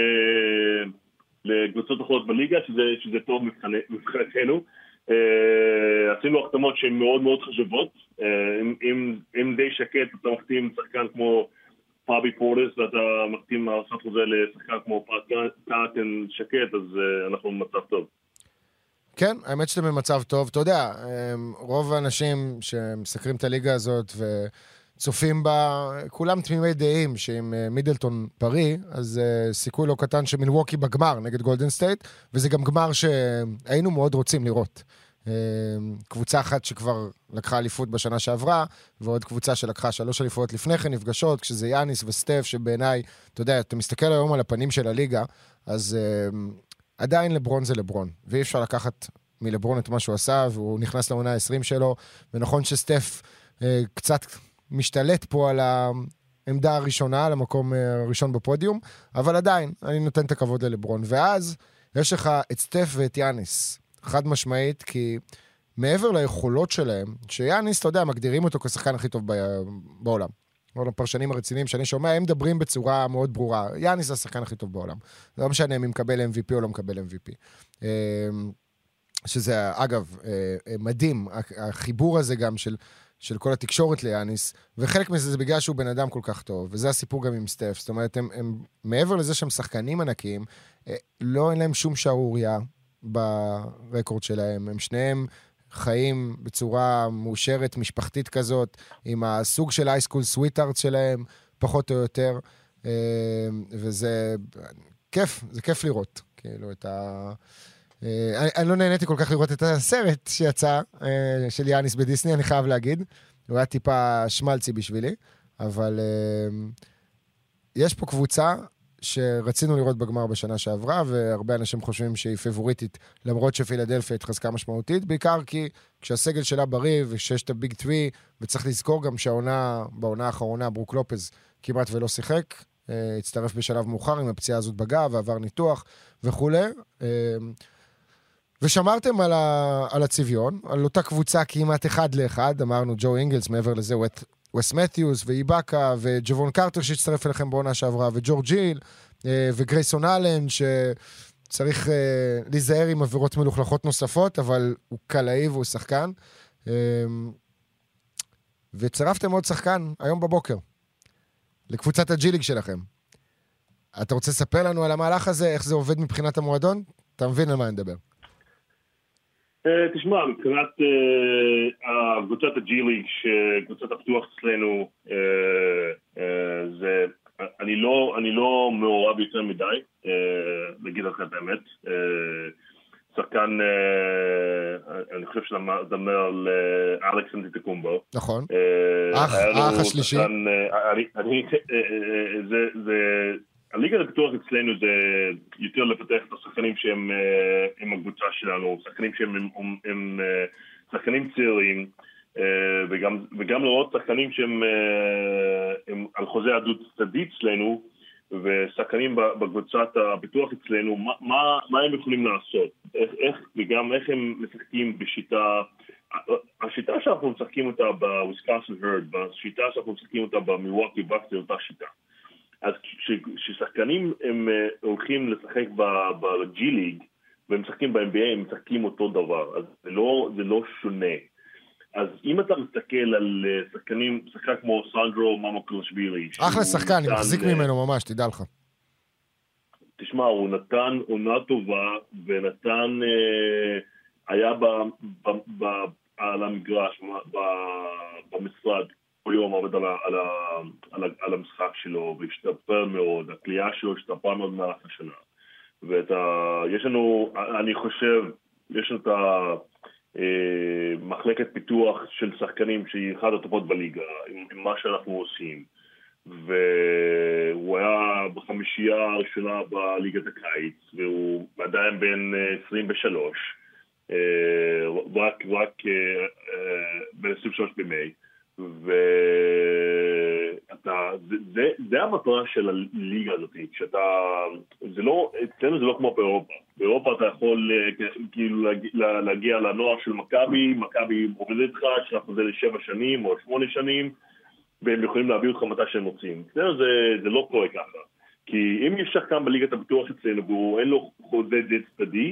לקבוצות אחרות בליגה, שזה טוב מבחינתנו. עשינו החתמות שהן מאוד מאוד חשובות. אם די שקט, אתה מחתים שחקן כמו פאבי פורטס, ואתה מחתים הערכת חוזה לשחקן כמו פאטן שקט, אז אנחנו במצב טוב. כן, האמת שאתם במצב טוב. אתה יודע, רוב האנשים שמסקרים את הליגה הזאת ו... צופים בה, כולם תמימי דעים שעם מידלטון פרי, אז uh, סיכוי לא קטן שמילווקי בגמר נגד גולדן סטייט, וזה גם גמר שהיינו מאוד רוצים לראות. Uh, קבוצה אחת שכבר לקחה אליפות בשנה שעברה, ועוד קבוצה שלקחה שלוש אליפויות לפני כן נפגשות, כשזה יאניס וסטף, שבעיניי, אתה יודע, אתה מסתכל היום על הפנים של הליגה, אז uh, עדיין לברון זה לברון, ואי אפשר לקחת מלברון את מה שהוא עשה, והוא נכנס לעונה ה-עשרים שלו, ונכון שסטף uh, קצת... משתלט פה על העמדה הראשונה, על המקום הראשון בפודיום, אבל עדיין, אני נותן את הכבוד ללברון. ואז יש לך את סטף ואת יאניס, חד משמעית, כי מעבר ליכולות שלהם, שיאניס, אתה יודע, מגדירים אותו כשחקן הכי טוב בעולם. כל הפרשנים הרציניים שאני שומע, הם מדברים בצורה מאוד ברורה. יאניס זה השחקן הכי טוב בעולם. זה לא משנה אם הוא מקבל אם וי פי או לא מקבל אם וי פי. שזה, אגב, מדהים, החיבור הזה גם של... של כל התקשורת ליאניס, וחלק מזה זה בגלל שהוא בן אדם כל כך טוב, וזה הסיפור גם עם סטף. זאת אומרת, הם, הם, מעבר לזה שהם שחקנים ענקיים, לא אין להם שום שערוריה ברקורד שלהם. הם שניהם חיים בצורה מאושרת, משפחתית כזאת, עם הסוג של הייסקול סוויטארט שלהם, פחות או יותר, וזה כיף, זה כיף לראות, כאילו, את ה... אני, אני לא נהניתי כל כך לראות את הסרט שיצא של יאניס בדיסני, אני חייב להגיד. הוא היה טיפה שמלצי בשבילי, אבל יש פה קבוצה שרצינו לראות בגמר בשנה שעברה, והרבה אנשים חושבים שהיא פיבוריטית, למרות שפילדלפיה התחזקה משמעותית, בעיקר כי כשהסגל שלה בריא, וכשיש את הביג טרי, וצריך לזכור גם שהעונה, בעונה האחרונה, ברוק לופז כמעט ולא שיחק, הצטרף בשלב מאוחר עם הפציעה הזאת בגב, ועבר ניתוח וכו'. ושמרתם על, ה... על הצביון, על אותה קבוצה כמעט אחד לאחד, אמרנו ג'ו אינגלס, מעבר לזה ווס מת'יוס ואיבאקה וג'וון קרטר שהצטרף אליכם בעונה שעברה, וג'ורג' ג'יל וגרייסון אלן, שצריך uh, להיזהר עם עבירות מלוכלכות נוספות, אבל הוא קלעי והוא שחקן. Um, וצרפתם עוד שחקן היום בבוקר, לקבוצת הג'יליג שלכם. אתה רוצה לספר לנו על המהלך הזה, איך זה עובד מבחינת המועדון? אתה מבין על מה אני מדבר. תשמע, מבחינת קבוצת הג'י-ליג, שקבוצת הפתוח אצלנו, אני לא מעורב יותר מדי, להגיד לך את האמת. שחקן, אני חושב שדמר על אלכס אנטטוקומפו. נכון. האח השלישי. זה... הליגה הפתוח אצלנו זה יותר לפתח את השחקנים שהם עם הקבוצה שלנו, שחקנים שהם הם, הם, שחקנים צעירים, וגם, וגם לראות שחקנים שהם הם על חוזה עדות צדדי אצלנו, ושחקנים בקבוצת הפיתוח אצלנו, מה, מה, מה הם יכולים לעשות, איך, איך, וגם איך הם משחקים בשיטה, השיטה שאנחנו משחקים אותה בוויסקונסין הרד, בשיטה שאנחנו משחקים אותה במילווקי בקס, זה אותה שיטה. אז כששחקנים הם הולכים לשחק בג'י ליג והם משחקים ב-אן בי איי, הם משחקים אותו דבר, אז זה לא, זה לא שונה. אז אם אתה מסתכל על שחקנים, שחקן כמו סנדרו ממוקלשווילי, אחלה שחקן, אני מחזיק ממנו ממש, תדע לך. תשמע, הוא נתן עונה טובה, ונתן, היה על המגרש, במשרד, כל יום עובד על, על, על, על המשחק שלו, והשתפר מאוד, הקליעה שלו השתפר מאוד מהלך השנה. ויש לנו, אני חושב, יש לנו את המחלקת פיתוח של שחקנים שהיא אחד הטובות בליגה, עם, עם מה שאנחנו עושים. והוא היה בחמישייה הראשונה בליגת הקיץ, והוא עדיין בין עשרים ושלוש, רק, רק בין עשרים ושלוש במאי. ואתה, זה, זה, זה המטרה של הליגה הזאת, שאתה, זה לא, אצלנו זה לא כמו באירופה. באירופה אתה יכול כאילו להגיע, להגיע לנוער של מכבי, מכבי עובד איתך, שלך זה לשבע שנים או שמונה שנים, והם יכולים להביא אותך מתי שהם רוצים. אצלנו זה, זה לא קורה ככה. כי אם יש שחקן בליגת הביטוח אצלנו, והוא אין לו חוזה צדדי,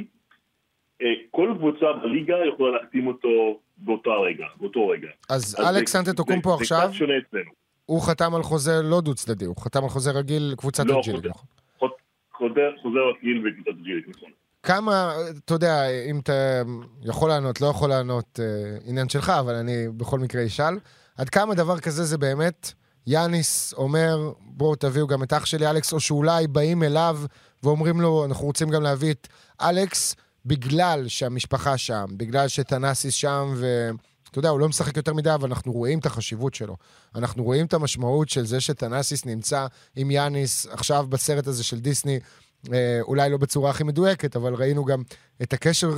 כל קבוצה בליגה יכולה להחתים אותו באותו רגע, באותו רגע. אז אלכס אנטטוקומפו עכשיו, זה קצת שונה אצלנו. הוא חתם על חוזה לא דו צדדי, הוא חתם על חוזה רגיל קבוצת הג'יליג, נכון? חוזה רגיל בקבוצת הג'יליג, נכון. כמה, אתה יודע, אם אתה יכול לענות, לא יכול לענות, עניין שלך, אבל אני בכל מקרה אשאל, עד כמה דבר כזה זה באמת, יאניס אומר, בואו תביאו גם את אח שלי אלכס, או שאולי באים אליו ואומרים לו, אנחנו רוצים גם להביא את אלכס, בגלל שהמשפחה שם, בגלל שתנאסיס שם, ואתה יודע, הוא לא משחק יותר מדי, אבל אנחנו רואים את החשיבות שלו. אנחנו רואים את המשמעות של זה שתנאסיס נמצא עם יאניס, עכשיו בסרט הזה של דיסני, אולי לא בצורה הכי מדויקת, אבל ראינו גם את הקשר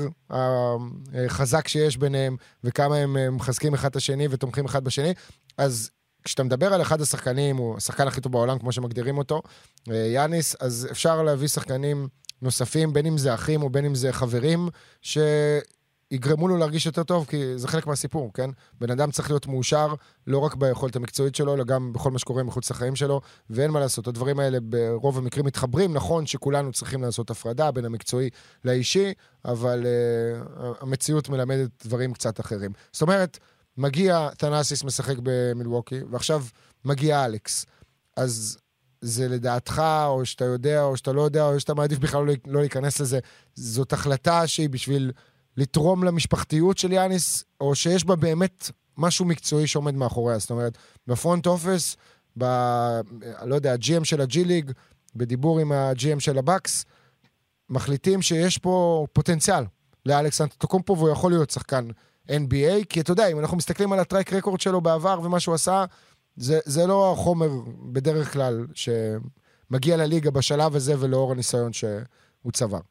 החזק שיש ביניהם, וכמה הם מחזקים אחד את השני ותומכים אחד בשני. אז כשאתה מדבר על אחד השחקנים, הוא השחקן הכי טוב בעולם, כמו שמגדירים אותו, יאניס, אז אפשר להביא שחקנים נוספים, בין אם זה אחים או בין אם זה חברים, שיגרמו לו להרגיש יותר טוב, כי זה חלק מהסיפור, כן? בן אדם צריך להיות מאושר, לא רק ביכולת המקצועית שלו, אלא גם בכל מה שקורה מחוץ לחיים שלו, ואין מה לעשות. הדברים האלה ברוב המקרים מתחברים, נכון שכולנו צריכים לעשות הפרדה בין המקצועי לאישי, אבל uh, המציאות מלמדת דברים קצת אחרים. זאת אומרת, מגיע תנאסיס משחק במילווקי, ועכשיו מגיע אלכס. אז זה לדעתך, או שאתה יודע, או שאתה לא יודע, או שאתה מעדיף בכלל לא, לא להיכנס לזה, זאת החלטה שהיא בשביל לתרום למשפחתיות של יאניס, או שיש בה באמת משהו מקצועי שעומד מאחוריה. זאת אומרת, בפרונט אופס, ב... לא יודע, הג'י אם של הג'י ליג, בדיבור עם הג'י אם של הבקס, מחליטים שיש פה פוטנציאל לאלכס אנטטוקומפו, והוא יכול להיות שחקן אן בי איי, כי אתה יודע, אם אנחנו מסתכלים על הטרק רקורד שלו בעבר ומה שהוא עשה, זה, זה לא החומר בדרך כלל מגיע לליגה בשלב הזה ולאור הניסיון שהוא צבר?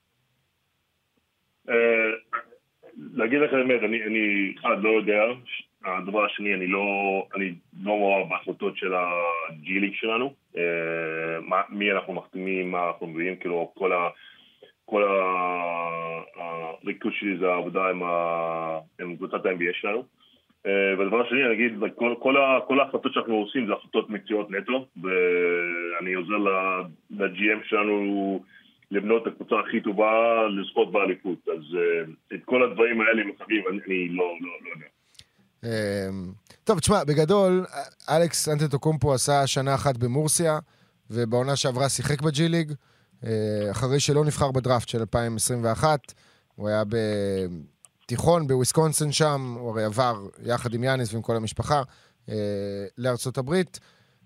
להגיד לך באמת, אני אחד לא יודע, הדבר השני, אני לא, אני לא רואה בהחלטות של הג'י ליג שלנו, מי אנחנו מחתימים, מה אנחנו מביאים, כאילו כל ה... כל הריקוד שלי זה העבודה עם קבוצת ה-אן בי איי שלנו. והדבר השני, אני אגיד, כל ההחלטות שאנחנו עושים זה החלטות מקצועיות נטו, ואני עוזר לג'י אם שלנו לבנות את הקבוצה הכי טובה לזכות באליפות. אז את כל הדברים האלה מחייבים, אני לא יודע. טוב, תשמע, בגדול, אלכס אנטטוקומפו עשה שנה אחת במורסיה, ובעונה שעברה שיחק בג'י ליג, אחרי שלא נבחר בדראפט של אלפיים עשרים ואחת, הוא היה בתיכון בוויסקונסין שם, הוא הרי עבר יחד עם יאניס ועם כל המשפחה לארצות הברית,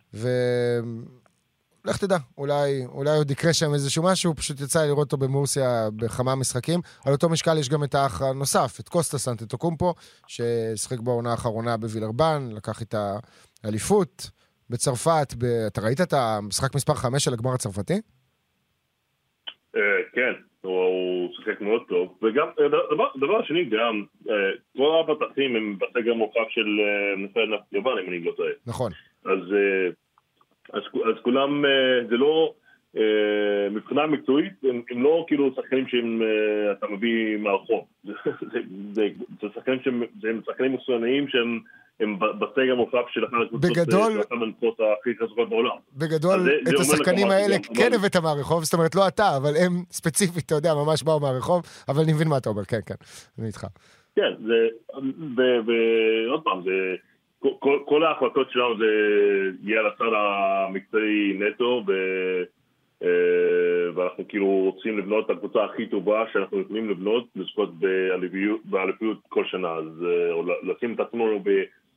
ולך תדע, אולי, אולי עוד יקרה שם איזשהו משהו, פשוט יצא לראות אותו במורסיה בכמה משחקים. על אותו משקל יש גם את האח הנוסף, את קוסטס אנטטוקומפו, ששחק בעונה האחרונה בווילרבן, לקח את האליפות בצרפת. ב... אתה ראית את המשחק מספר חמש של הגמר הצרפתי? כן, הוא שחק מאוד טוב, וגם, דבר שני גם, כל הבטחים הם בסגל מורחב של נבחרת יוון, אם אני לא טועה. נכון. אז כולם, זה לא, מבחינה מקצועית, הם לא כאילו שחקנים שאתה מביא מהרחוב. זה שחקנים מצוינים שהם הם בסגל מורחב של אחת הקבוצות הכי חזקות בעולם. בגדול, את השחקנים האלה כן הבאת מהרחוב, זאת אומרת, לא אתה, אבל הם ספציפית, אתה יודע, ממש באו מהרחוב, אבל אני מבין מה אתה אומר, כן, כן, אני איתך. כן, ועוד פעם, כל ההחלטות שלנו זה יהיה על הצד המקצועי נטו, ואנחנו כאילו רוצים לבנות את הקבוצה הכי טובה שאנחנו יכולים לבנות, לזכות באליפות כל שנה, אז לשים את עצמנו ב...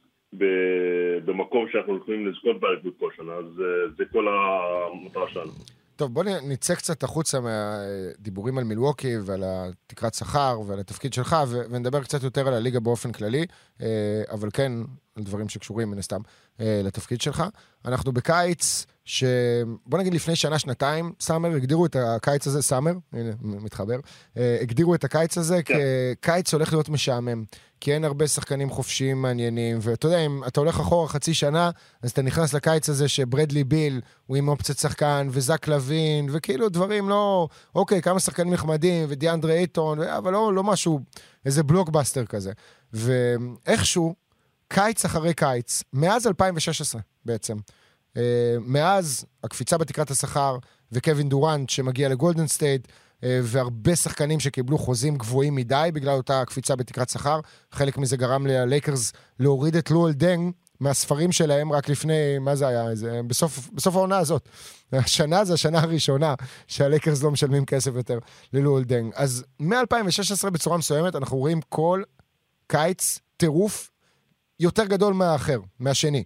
במקום שאנחנו יכולים לזכות באליפות כל שנה, אז זה כל המטרה שלנו. טוב, בוא נצא קצת החוצה מהדיבורים על מילווקי ועל התקרת שכר ועל התפקיד שלך, ונדבר קצת יותר על הליגה באופן כללי, אבל כן, על דברים שקשורים מן הסתם לתפקיד שלך. אנחנו בקיץ, שבוא נגיד לפני שנה, שנתיים, סאמר, הגדירו את הקיץ הזה, סאמר, הנה, מתחבר, הגדירו את הקיץ הזה כקיץ הולך להיות משעמם, כי אין הרבה שחקנים חופשיים מעניינים, ואתה יודע, אם אתה הולך אחורה חצי שנה, אז אתה נכנס לקיץ הזה שברדלי ביל הוא עם אופציית שחקן, וזק לוין, וכאילו דברים לא, אוקיי, כמה שחקנים נחמדים, ודיאנדרה אייטון, אבל לא, לא משהו, איזה בלוקבאסטר כזה. ואיכשהו, קיץ אחרי קיץ, מאז אלפיים ושש עשרה בעצם, מאז הקפיצה בתקרת השכר, וקווין דורנט שמגיע לגולדן סטייט, והרבה שחקנים שקיבלו חוזים גבוהים מדי בגלל אותה קפיצה בתקרת שכר. חלק מזה גרם ללייקרס להוריד את לואל דנג מהספרים שלהם רק לפני, מה זה היה? זה בסוף, בסוף העונה הזאת. השנה זה השנה הראשונה שהלייקרס לא משלמים כסף יותר ללואל דנג. אז מ-אלפיים ושש עשרה בצורה מסוימת אנחנו רואים כל קיץ טירוף יותר גדול מהאחר, מהשני.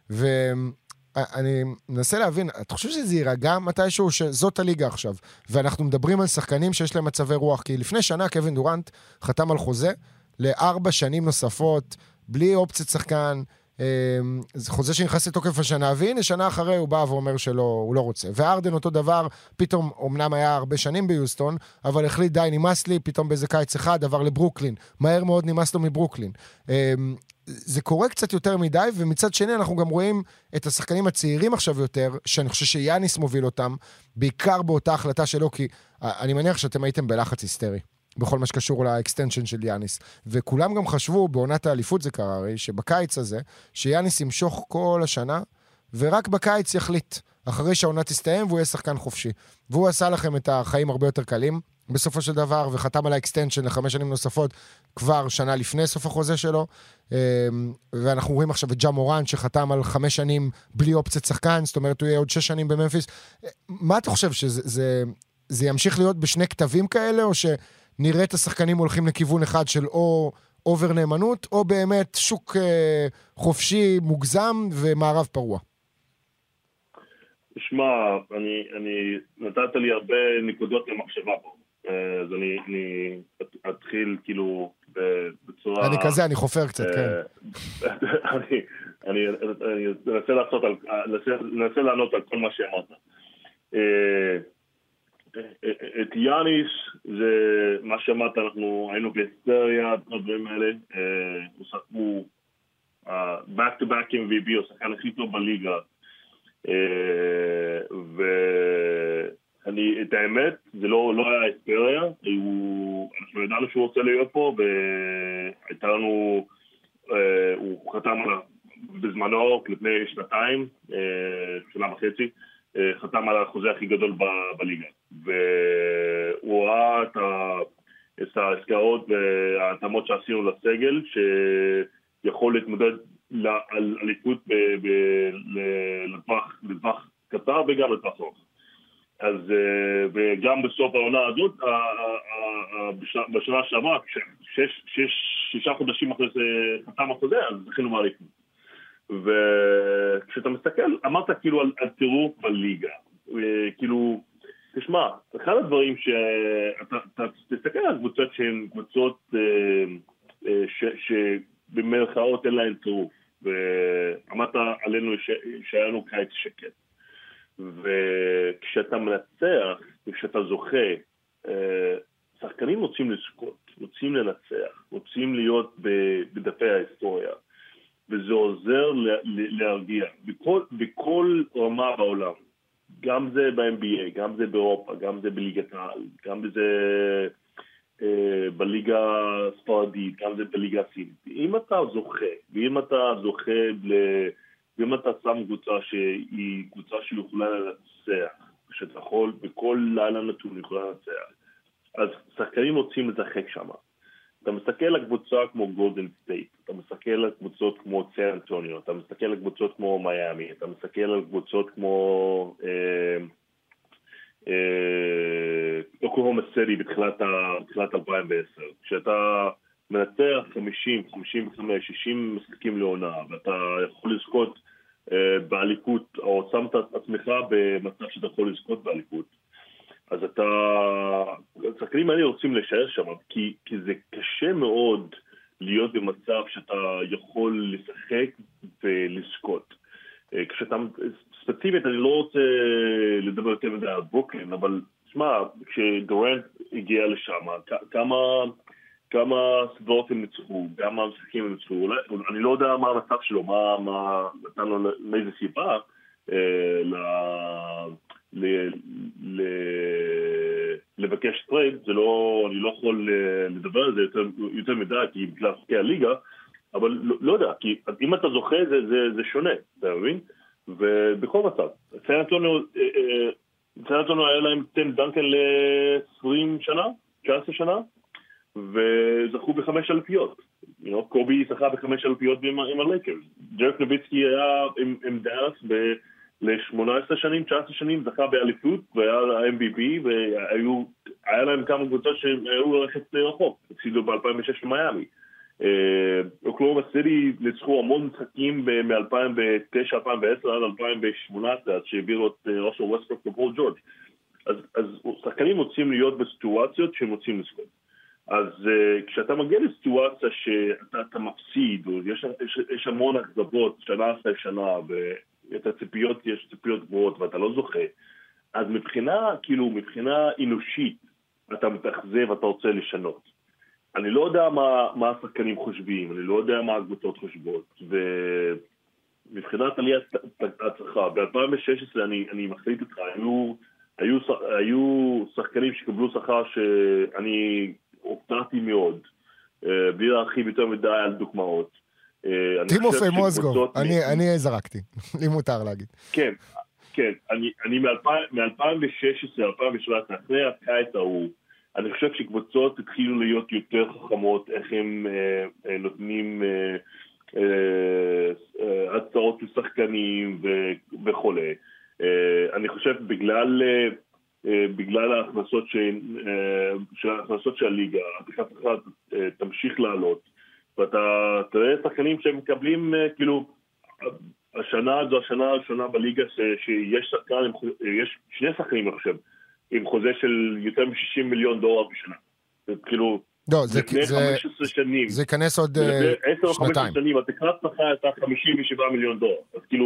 ואני מנסה להבין, אתה חושב שזה יירגע מתישהו שזאת הליגה עכשיו, ואנחנו מדברים על שחקנים שיש להם מצבי רוח, כי לפני שנה קווין דורנט חתם על חוזה לארבע שנים נוספות, בלי אופציית שחקן, זה חוזה שנכנס לתוקף השנה, והנה שנה אחרי הוא בא ואומר שהוא לא רוצה. וארדן אותו דבר, פתאום אמנם היה הרבה שנים ביוסטון, אבל החליט די נמאס לי, פתאום באיזה קיץ אחד עבר לברוקלין, מהר מאוד נמאס לו מברוקלין. זה קורה קצת יותר מדי, ומצד שני אנחנו גם רואים את השחקנים הצעירים עכשיו יותר, שאני חושב שיאניס מוביל אותם, בעיקר באותה החלטה שלו, כי אני מניח שאתם הייתם בלחץ היסטרי, בכל מה שקשור לאקסטנשן של יאניס. וכולם גם חשבו, בעונת האליפות זה קרה הרי, שבקיץ הזה, שיאניס ימשוך כל השנה, ורק בקיץ יחליט, אחרי שהעונה תסתיים, והוא יהיה שחקן חופשי. והוא עשה לכם את החיים הרבה יותר קלים, בסופו של דבר, וחתם על האקסטנשן לחמש שנים נוספות, כבר שנה לפני סוף החוזה שלו, ואנחנו רואים עכשיו את ג'ה מורן, שחתם על חמש שנים בלי אופציית שחקן, זאת אומרת, הוא יהיה עוד שש שנים בממפיס. מה אתה חושב, שזה זה, זה ימשיך להיות בשני כתבים כאלה, או שנראה את השחקנים הולכים לכיוון אחד של או אובר נאמנות, או באמת שוק חופשי מוגזם ומערב פרוע? שמע, אני, אני נתת לי הרבה נקודות למחשבה פה. אז אני, אני אתחיל כאילו בצורה... אני כזה, אני חופר קצת, כן. אני, אני, אני אנסה לעשות על, אנסה לענות על כל מה שאמרת. את יאניס, זה מה שאמרת, אנחנו היינו בהיסטריה, הדברים האלה, הוא back to back M V P, הוא שחקן הכי טוב בליגה, ואני, את האמת, זה לא היה היסטריה, אנחנו ידענו שהוא רוצה להיות פה, והייתה לנו, הוא חתם בזמנו, לפני שנתיים, שנה וחצי, חתם על החוזה הכי גדול בליגה, והוא ראה את ההשקעות וההתאמות שעשינו לסגל, שיכול להתמודד על אליפות לטווח קצר וגם לטווח ארוך. אז, וגם בסוף העונה הזאת, בשנה שעברה, שישה חודשים אחרי זה חתם החוזה, אז זכינו באליפות. וכשאתה מסתכל, אמרת כאילו על, על טירוף בליגה, כאילו, תשמע, אחד הדברים שאתה תסתכל על קבוצות שהן קבוצות שבמרכאות אין להן טירוף, ואמרת עלינו שהיה לנו קיץ שקט, וכשאתה מנצח, וכשאתה זוכה, שחקנים רוצים לזכות, רוצים לנצח, רוצים להיות בדפי ההיסטוריה, וזה עוזר להרגיע בכל, בכל רמה בעולם, גם זה ב-N B A, גם זה באירופה, גם זה בליגת העל, גם זה אה, בליגה הספרדית, גם זה בליגה הסינית. אם אתה זוכה, ואם אתה זוכה, ל... ואם אתה שם קבוצה שהיא קבוצה שיכולה לנצח, שאתה יכול בכל לילה נתון יכולה לנצח, אז שחקנים רוצים לשחק שם. אתה מסתכל על קבוצה כמו גולדן סטייט, אתה מסתכל על קבוצות כמו סן אנטוניו, אתה מסתכל על קבוצות כמו מיאמי, אתה מסתכל על קבוצות כמו אוקלהומה סיטי בתחילת אלפיים ועשר. כשאתה מנצח חמישים, חמישים וחמש, שישים משחקים לעונה, ואתה יכול לזכות באליפות, או שם את עצמך במצב שאתה יכול לזכות באליפות, אז אתה, השחקנים האלה רוצים להישאר שם, כי, כי זה קשה מאוד להיות במצב שאתה יכול לשחק ולזכות. כשאתה, ספציפית, אני לא רוצה לדבר יותר מדי על ברוקלין, אבל תשמע, כשדורנט הגיע לשם, כמה, כמה סדרות הם ניצחו, כמה משחקים הם ניצחו, אני לא יודע מה המצב שלו, מה, מה נתן לו מאיזה סיבה, אה, ל... ל... ל... לבקש טרייד, זה לא, אני לא יכול לדבר על זה יותר, יותר מדי, כי בגלל חוקי הליגה, אבל לא, לא יודע, כי אם אתה זוכה זה, זה, זה שונה, אתה מבין? ובכל מצב, סן אנטוניו, סן אנטוניו היה להם טים דנקן ל-עשרים שנה, תשע עשרה שנה, וזכו בחמש אלפיות. You know, קובי זכה בחמש אלפיות עם, עם הלייקרס. ג'רק נוביצקי היה עם, עם דאלאס ב... ל-שמונה עשרה שנים, תשע עשרה שנים, זכה באליפות, והיה ל-M V P, והיה להם כמה קבוצות שהיו ללכת רחוק, הפסידו ב-אלפיים ושש במיאמי. אוקלהומה סיטי ניצחו המון משחקים מ-אלפיים ותשע אלפיים ועשר עד אלפיים ושמונה עשרה, אז שהעבירו את ראסל ווסטברוק ופול ג'ורג'. אז שחקנים רוצים להיות בסיטואציות שהם רוצים לזכות. אז כשאתה מגיע לסיטואציה שאתה מפסיד, יש המון אכזבות, שנה אחרי שנה, את הציפיות, יש ציפיות גבוהות, ואתה לא זוכה, אז מבחינה, כאילו, מבחינה אנושית, אתה מתאכזב, אתה רוצה לשנות. אני לא יודע מה, מה השחקנים חושבים, אני לא יודע מה הקבוצות חושבות, ומבחינת עליית הצלחה, ב-אלפיים ושש עשרה אני, אני מחליט איתך, היו, היו, היו שחקנים שקבלו שכר שאני הופתעתי מאוד, בלי להרחיב יותר מדי על דוגמאות, טימופי מוזגוב, אני זרקתי, לי מותר להגיד. כן, כן, אני מ-אלפיים ושש עשרה, אלפיים ושבע עשרה, אחרי הקיץ ההוא, אני חושב שקבוצות התחילו להיות יותר חכמות, איך הם נותנים הצעות לשחקנים וכולי. אני חושב בגלל בגלל ההכנסות של הליגה, אחת תמשיך לעלות, ואתה תראה שחקנים שהם מקבלים, כאילו, השנה זו השנה הראשונה בליגה שיש שחקן, יש שני שחקנים, אני חושב, עם חוזה של יותר מ-שישים מיליון דולר בשנה. כאילו, לפני חמש עשרה שנים. זה ייכנס עוד שנתיים. עשר או חמש עשרה שנים, התקרת שכר הייתה חמישים ושבעה מיליון דולר. אז כאילו,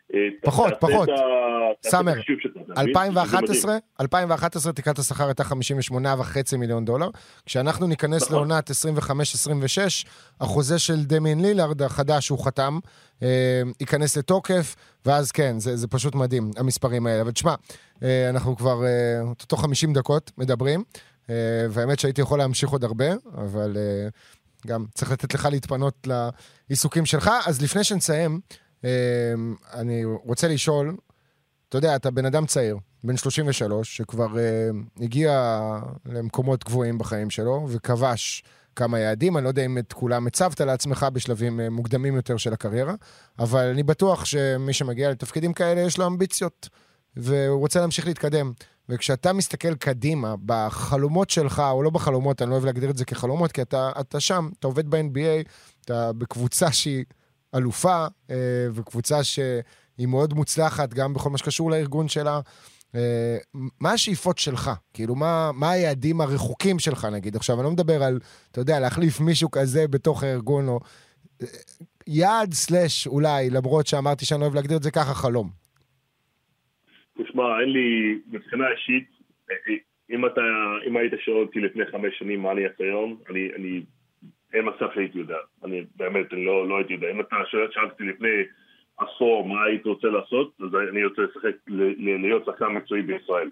פחות, פחות. סאמר, אלפיים ואחת עשרה תקרת השכר הייתה חמישים ושמונה וחצי מיליון דולר, כשאנחנו ניכנס לעונת עשרים וחמש עשרים ושש, החוזה של דמיין לילארד החדש הוא חתם, ייכנס לתוקף, ואז כן, זה, זה פשוט מדהים, המספרים האלה. אבל תשמע, אנחנו כבר תוך חמישים דקות מדברים, והאמת שהייתי יכול להמשיך עוד הרבה, אבל גם צריך לתת לך להתפנות לעיסוקים שלך. אז לפני שנסיים, אני רוצה לשאול, אתה יודע, אתה בן אדם צעיר, בן שלושים ושלוש, שכבר הגיע למקומות גבוהים בחיים שלו, וכבש כמה יעדים, אני לא יודע אם את כולם הצבת לעצמך בשלבים מוקדמים יותר של הקריירה, אבל אני בטוח שמי שמגיע לתפקידים כאלה יש לו אמביציות, והוא רוצה להמשיך להתקדם. וכשאתה מסתכל קדימה, בחלומות שלך, או לא בחלומות, אני לא אוהב להגדיר את זה כחלומות, כי אתה, אתה שם, אתה עובד ב-אן בי איי, אתה בקבוצה שהיא אלופה, וקבוצה שהיא מאוד מוצלחת, גם בכל מה שקשור לארגון שלה. מה השאיפות שלך? כאילו, מה, מה היעדים הרחוקים שלך, נגיד? עכשיו, אני לא מדבר על, אתה יודע, להחליף מישהו כזה בתוך הארגון, או יעד סלש, אולי, למרות שאמרתי שאני לא אוהב להגדיר את זה ככה, חלום. תשמע, אין לי, מבחינה אישית, אם אתה, אם היית שואל אותי לפני חמש שנים מה אני אעשה היום, אני, אני, אין מצב שהייתי יודע. אני באמת, אני לא, לא הייתי יודע. אם אתה שואל שאלתי לפני עשור מה הייתי רוצה לעשות, אז אני רוצה לשחק, להיות שחקן מקצועי בישראל.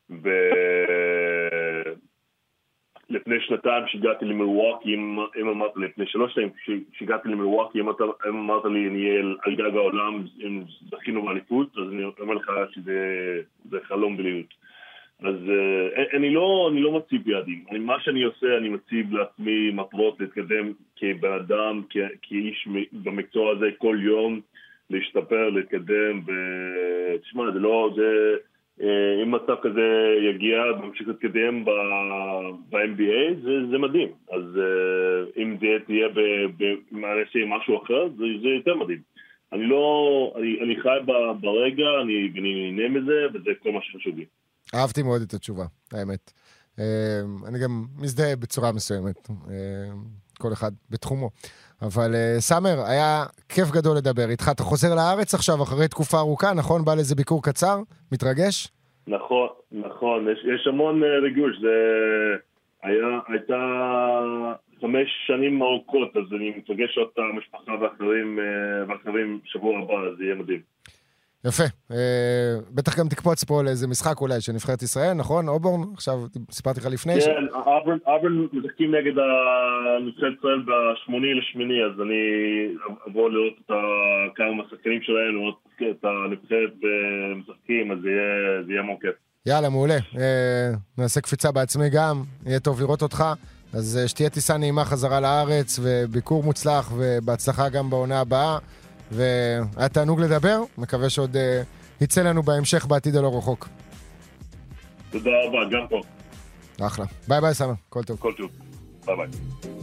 ולפני שנתיים שהגעתי למילווקי, אם אמרת לי, לפני שלוש שנים שהגעתי למילווקי, אם אמרת לי, אני אהיה על גג העולם, אם זכינו באליפות, אז אני אומר לך שזה חלום בלהיות. אז אני לא, אני לא מציב יעדים. מה שאני עושה, אני מציב לעצמי מטרות להתקדם כבן אדם, כאיש במקצוע הזה כל יום, להשתפר, להתקדם, ותשמע, זה לא, זה, אם מצב כזה יגיע, ממשיך להתקדם ב-אן בי איי, זה, זה מדהים. אז אם זה תהיה במעשה משהו אחר, זה, זה יותר מדהים. אני לא, אני, אני חי ברגע, אני, אני נהנה מזה, וזה כל מה שחשוב לי. אהבתי מאוד את התשובה, האמת. אני גם מזדהה בצורה מסוימת, כל אחד בתחומו. אבל סאמר, היה כיף גדול לדבר איתך. אתה חוזר לארץ עכשיו אחרי תקופה ארוכה, נכון? בא לזה ביקור קצר? מתרגש? נכון, נכון. יש, יש המון ריגוש. זה היה, הייתה חמש שנים ארוכות, אז אני מתרגש עוד את המשפחה ואחרים, ואחרים שבוע הבא, אז יהיה מדהים. יפה. בטח גם תקפוץ פה לאיזה משחק אולי של נבחרת ישראל, נכון? אובורן? עכשיו סיפרתי לך לפני. כן, אובורן משחקים נגד נבחרת ישראל בשמוני לשמיני, אז אני אבוא לראות את כמה השחקנים שלהם, לראות את הנבחרת ומשחקים, אז זה יהיה מאוד כיף. יאללה, מעולה. נעשה קפיצה בעצמי גם, יהיה טוב לראות אותך. אז שתהיה טיסה נעימה חזרה לארץ, וביקור מוצלח, ובהצלחה גם בעונה הבאה. והיה תענוג לדבר, מקווה שעוד uh, יצא לנו בהמשך בעתיד הלא רחוק. תודה רבה, גם פה. אחלה. ביי ביי סאמר, כל טוב. כל טוב. ביי ביי.